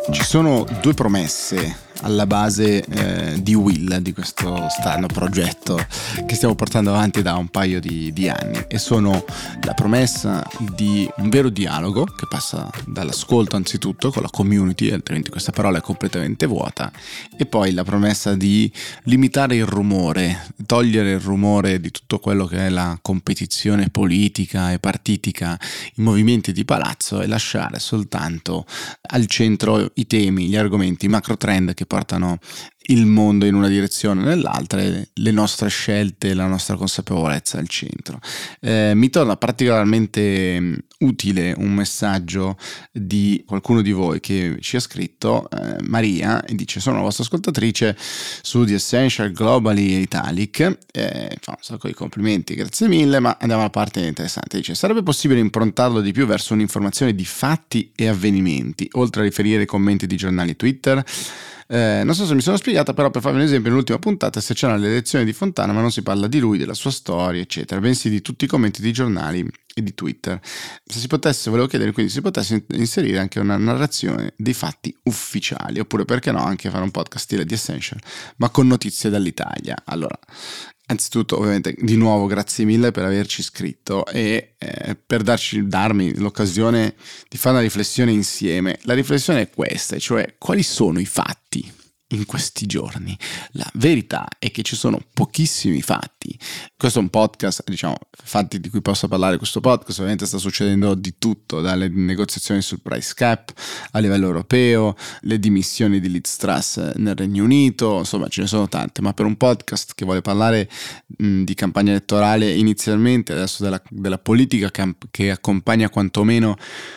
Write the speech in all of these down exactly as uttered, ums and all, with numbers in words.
Ci sono due promesse alla base eh, di Will, di questo strano progetto che stiamo portando avanti da un paio di, di anni, e sono la promessa di un vero dialogo che passa dall'ascolto anzitutto con la community, altrimenti questa parola è completamente vuota, e poi la promessa di limitare il rumore, togliere il rumore di tutto quello che è la competizione politica e partitica, i movimenti di palazzo, e lasciare soltanto al centro i temi, gli argomenti, i macro trend che portano il mondo in una direzione o nell'altra, e le nostre scelte, la nostra consapevolezza al centro. Eh, mi torna particolarmente utile un messaggio di qualcuno di voi che ci ha scritto, eh, Maria, e dice: sono la vostra ascoltatrice su The Essential Globally e Italic, eh, fa un sacco di complimenti, grazie mille, ma andiamo alla parte interessante. Dice: sarebbe possibile improntarlo di più verso un'informazione di fatti e avvenimenti, oltre a riferire i commenti di giornali Twitter? Eh, non so se mi sono spiegata, però per farvi un esempio, nell'ultima puntata si accenna alle elezioni di Fontana, ma non si parla di lui, della sua storia, eccetera, bensì di tutti i commenti di giornali e di Twitter. Se si potesse, volevo chiedere quindi, se si potesse inserire anche una narrazione dei fatti ufficiali, oppure perché no, anche fare un podcast stile The Essential, ma con notizie dall'Italia. Allora, anzitutto, ovviamente, di nuovo grazie mille per averci scritto e eh, per darci, darmi l'occasione di fare una riflessione insieme. La riflessione è questa, cioè quali sono i fatti in questi giorni. La verità è che ci sono pochissimi fatti. Questo è un podcast, diciamo, fatti di cui posso parlare questo podcast, ovviamente sta succedendo di tutto, dalle negoziazioni sul price cap a livello europeo, le dimissioni di Liz Truss nel Regno Unito, insomma ce ne sono tante, ma per un podcast che vuole parlare mh, di campagna elettorale inizialmente, adesso della, della politica che, che accompagna quantomeno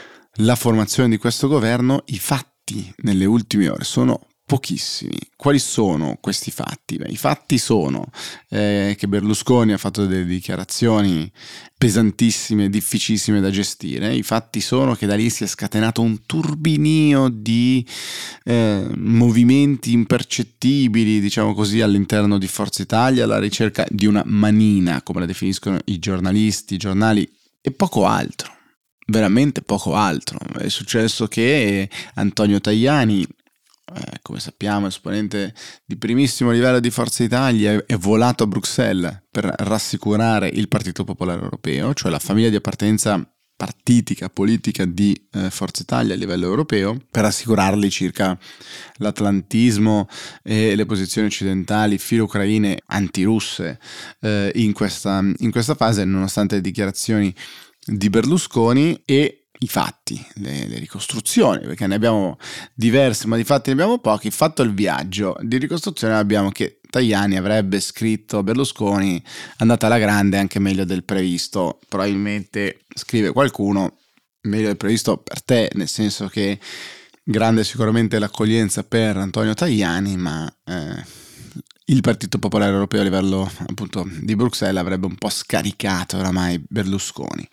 la formazione di questo governo, i fatti nelle ultime ore sono pochissimi. Quali sono questi fatti? Beh, i fatti sono eh, che Berlusconi ha fatto delle dichiarazioni pesantissime, difficilissime da gestire. I fatti sono che da lì si è scatenato un turbinio di eh, movimenti impercettibili, diciamo così, all'interno di Forza Italia, alla ricerca di una manina, come la definiscono i giornalisti, i giornali, e poco altro. Veramente poco altro. È successo che Antonio Tajani, Eh, come sappiamo, esponente di primissimo livello di Forza Italia, è volato a Bruxelles per rassicurare il Partito Popolare Europeo, cioè la famiglia di appartenenza partitica, politica di eh, Forza Italia a livello europeo, per assicurarli circa l'atlantismo e le posizioni occidentali filo-ucraine antirusse eh, in questa, in questa fase, nonostante le dichiarazioni di Berlusconi e i fatti, le, le ricostruzioni, perché ne abbiamo diversi, ma di fatti ne abbiamo pochi. Fatto il viaggio di ricostruzione, abbiamo che Tajani avrebbe scritto a Berlusconi: andata alla grande, anche meglio del previsto. Probabilmente, scrive qualcuno, meglio del previsto per te, nel senso che grande sicuramente l'accoglienza per Antonio Tajani, ma eh, il Partito Popolare Europeo a livello appunto di Bruxelles avrebbe un po' scaricato oramai Berlusconi.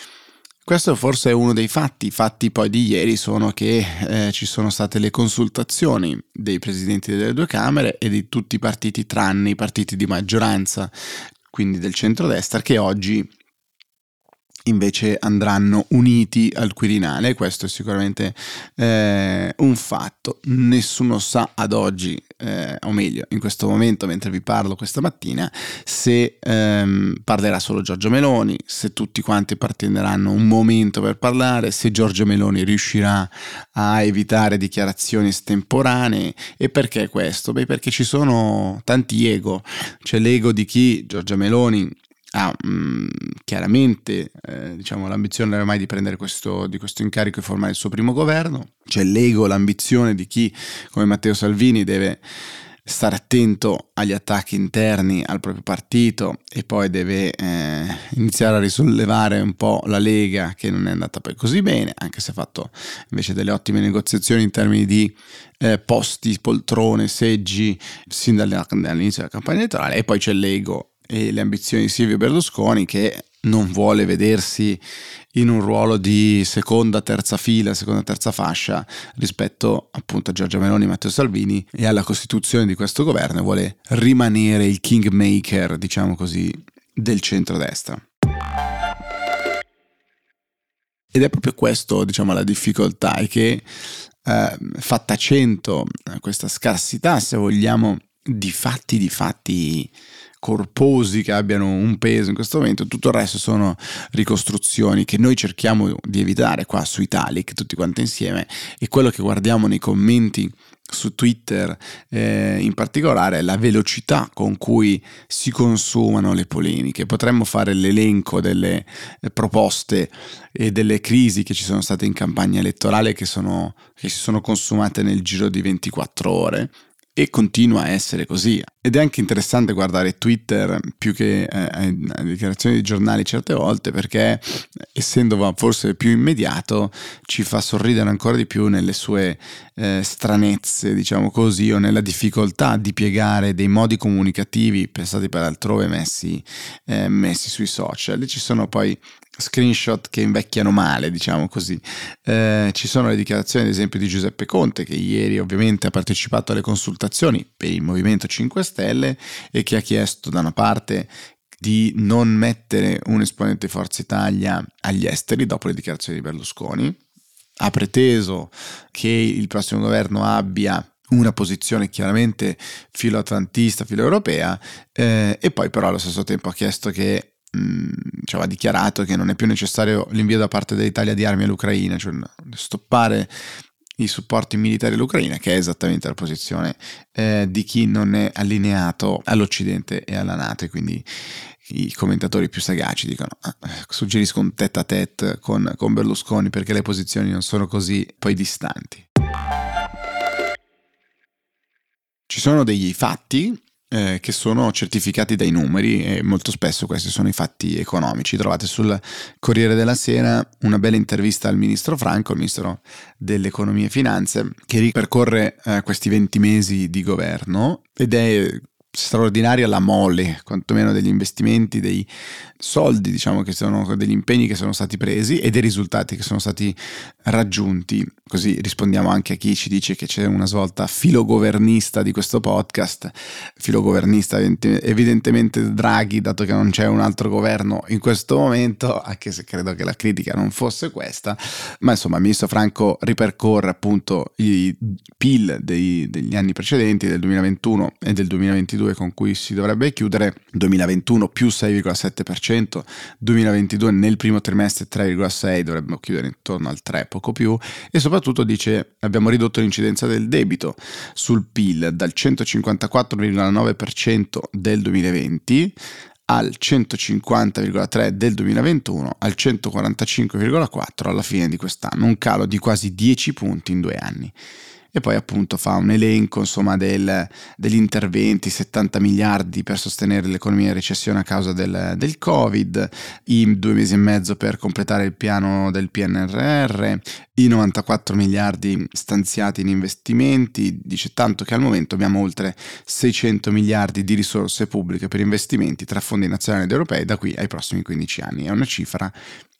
Questo forse è uno dei fatti. I fatti poi di ieri sono che eh, ci sono state le consultazioni dei presidenti delle due Camere e di tutti i partiti tranne i partiti di maggioranza, quindi del centrodestra, che oggi invece andranno uniti al Quirinale. Questo è sicuramente eh, un fatto. Nessuno sa ad oggi, eh, o meglio in questo momento mentre vi parlo questa mattina, se ehm, parlerà solo Giorgia Meloni, se tutti quanti prenderanno un momento per parlare, se Giorgia Meloni riuscirà a evitare dichiarazioni estemporanee. E perché questo? Beh, perché ci sono tanti ego. C'è l'ego di chi, Giorgia Meloni, ha mh, chiaramente eh, diciamo l'ambizione ormai di prendere questo, di questo incarico e formare il suo primo governo. C'è l'ego, l'ambizione di chi come Matteo Salvini deve stare attento agli attacchi interni al proprio partito e poi deve eh, iniziare a risollevare un po' la Lega, che non è andata poi così bene, anche se ha fatto invece delle ottime negoziazioni in termini di eh, posti, poltrone, seggi sin dall'inizio della campagna elettorale. E poi c'è l'ego e le ambizioni di Silvio Berlusconi, che non vuole vedersi in un ruolo di seconda, terza fila, seconda, terza fascia rispetto appunto a Giorgia Meloni e Matteo Salvini e alla costituzione di questo governo, e vuole rimanere il kingmaker, diciamo così, del centrodestra. Ed è proprio questo, diciamo, la difficoltà, è che eh, fatta cento questa scarsità, se vogliamo, di fatti, di fatti corposi che abbiano un peso in questo momento, tutto il resto sono ricostruzioni che noi cerchiamo di evitare qua su Italic tutti quanti insieme, e quello che guardiamo nei commenti su Twitter eh, in particolare è la velocità con cui si consumano le polemiche. Potremmo fare l'elenco delle eh, proposte e delle crisi che ci sono state in campagna elettorale che, sono, che si sono consumate nel giro di ventiquattro ore. E continua a essere così. Ed è anche interessante guardare Twitter più che eh, a dichiarazioni di giornali certe volte, perché essendo forse più immediato ci fa sorridere ancora di più nelle sue eh, stranezze, diciamo così, o nella difficoltà di piegare dei modi comunicativi pensati per altrove messi, eh, messi sui social. E ci sono poi screenshot che invecchiano male, diciamo così. Eh, ci sono le dichiarazioni ad esempio di Giuseppe Conte, che ieri ovviamente ha partecipato alle consultazioni per il Movimento cinque Stelle e che ha chiesto da una parte di non mettere un esponente Forza Italia agli esteri dopo le dichiarazioni di Berlusconi. Ha preteso che il prossimo governo abbia una posizione chiaramente filoatlantista, filoeuropea, eh, e poi però allo stesso tempo ha chiesto che cioè, ha dichiarato che non è più necessario l'invio da parte dell'Italia di armi all'Ucraina, cioè stoppare i supporti militari all'Ucraina, che è esattamente la posizione eh, di chi non è allineato all'Occidente e alla NATO. E quindi i commentatori più sagaci dicono ah, suggerisco un tête à tête con, con Berlusconi, perché le posizioni non sono così poi distanti. Ci sono degli fatti Eh, che sono certificati dai numeri, e molto spesso questi sono i fatti economici. Trovate sul Corriere della Sera una bella intervista al ministro Franco, il ministro dell'economia e finanze, che ripercorre eh, questi venti mesi di governo, ed è straordinaria la mole, quantomeno degli investimenti, dei soldi, diciamo, che sono degli impegni che sono stati presi e dei risultati che sono stati raggiunti. Così rispondiamo anche a chi ci dice che c'è una svolta filogovernista di questo podcast. Filogovernista evidentemente Draghi, dato che non c'è un altro governo in questo momento, anche se credo che la critica non fosse questa. Ma insomma, il ministro Franco ripercorre appunto i P I L dei, degli anni precedenti, del duemilaventuno e del duemilaventidue, con cui si dovrebbe chiudere. duemilaventuno più sei virgola sette per cento, duemilaventidue nel primo trimestre tre virgola sei, dovremmo chiudere intorno al tre, poco più. E soprattutto dice abbiamo ridotto l'incidenza del debito sul P I L dal centocinquantaquattro virgola nove per cento del duemilaventi al centocinquanta virgola tre del duemilaventuno, al centoquarantacinque virgola quattro alla fine di quest'anno, un calo di quasi dieci punti in due anni. E poi appunto fa un elenco, insomma, del, degli interventi: settanta miliardi per sostenere l'economia in recessione a causa del, del Covid, i due mesi e mezzo per completare il piano del P N R R, i novantaquattro miliardi stanziati in investimenti. Dice tanto che al momento abbiamo oltre seicento miliardi di risorse pubbliche per investimenti tra fondi nazionali ed europei da qui ai prossimi quindici anni. È una cifra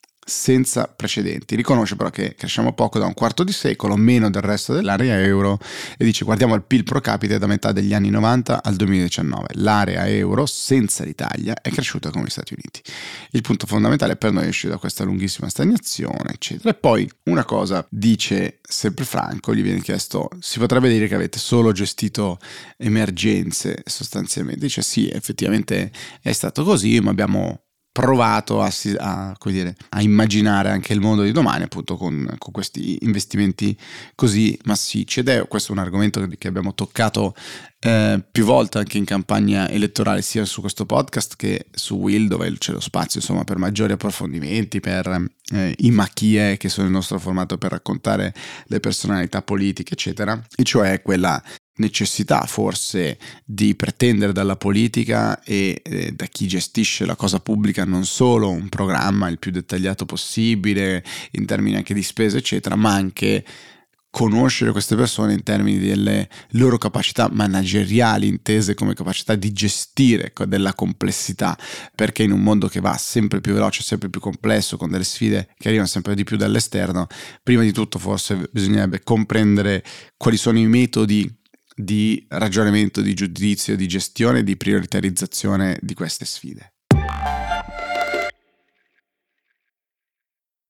senza precedenti. Riconosce però che cresciamo poco da un quarto di secolo, meno del resto dell'area euro, e dice guardiamo al P I L pro capite da metà degli anni novanta al duemiladiciannove. L'area euro senza l'Italia è cresciuta come gli Stati Uniti. Il punto fondamentale per noi è uscire da questa lunghissima stagnazione, eccetera. E poi una cosa dice sempre Franco, gli viene chiesto: si potrebbe dire che avete solo gestito emergenze sostanzialmente? Dice sì, effettivamente è stato così, ma abbiamo provato a, a, come dire, a immaginare anche il mondo di domani, appunto con, con questi investimenti così massicci. Ed è questo un argomento che abbiamo toccato eh, più volte anche in campagna elettorale, sia su questo podcast che su Will, dove c'è lo spazio insomma per maggiori approfondimenti, per eh, i macchie, che sono il nostro formato per raccontare le personalità politiche, eccetera, e cioè quella necessità forse di pretendere dalla politica e eh, da chi gestisce la cosa pubblica non solo un programma il più dettagliato possibile in termini anche di spese eccetera, ma anche conoscere queste persone in termini delle loro capacità manageriali, intese come capacità di gestire della complessità, perché in un mondo che va sempre più veloce, sempre più complesso, con delle sfide che arrivano sempre di più dall'esterno, prima di tutto forse bisognerebbe comprendere quali sono i metodi di ragionamento, di giudizio, di gestione, di prioritarizzazione di queste sfide.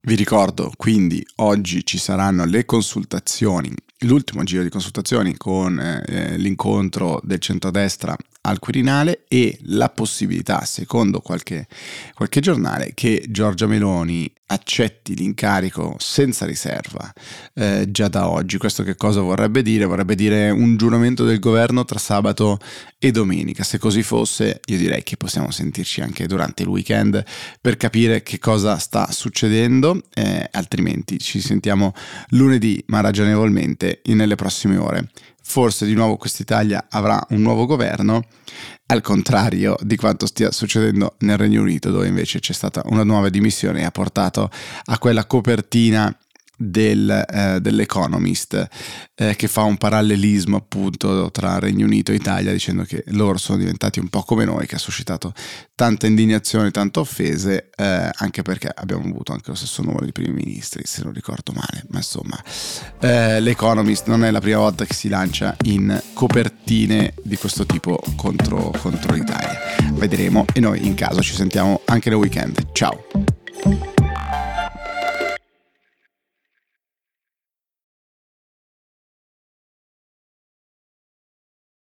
Vi ricordo quindi oggi ci saranno le consultazioni, l'ultimo giro di consultazioni con eh, l'incontro del centrodestra al Quirinale e la possibilità, secondo qualche, qualche giornale, che Giorgia Meloni accetti l'incarico senza riserva eh, già da oggi. Questo che cosa vorrebbe dire? Vorrebbe dire un giuramento del governo tra sabato e domenica. Se così fosse, io direi che possiamo sentirci anche durante il weekend per capire che cosa sta succedendo, eh, altrimenti ci sentiamo lunedì, ma ragionevolmente nelle prossime ore. Forse di nuovo quest'Italia avrà un nuovo governo, al contrario di quanto stia succedendo nel Regno Unito, dove invece c'è stata una nuova dimissione e ha portato a quella copertina del, eh, dell'Economist eh, che fa un parallelismo appunto tra Regno Unito e Italia, dicendo che loro sono diventati un po' come noi, che ha suscitato tanta indignazione, tante offese, eh, anche perché abbiamo avuto anche lo stesso numero di primi ministri, se non ricordo male, ma insomma eh, l'Economist non è la prima volta che si lancia in copertine di questo tipo contro, contro l'Italia. Vedremo, e noi in caso ci sentiamo anche nel weekend. Ciao!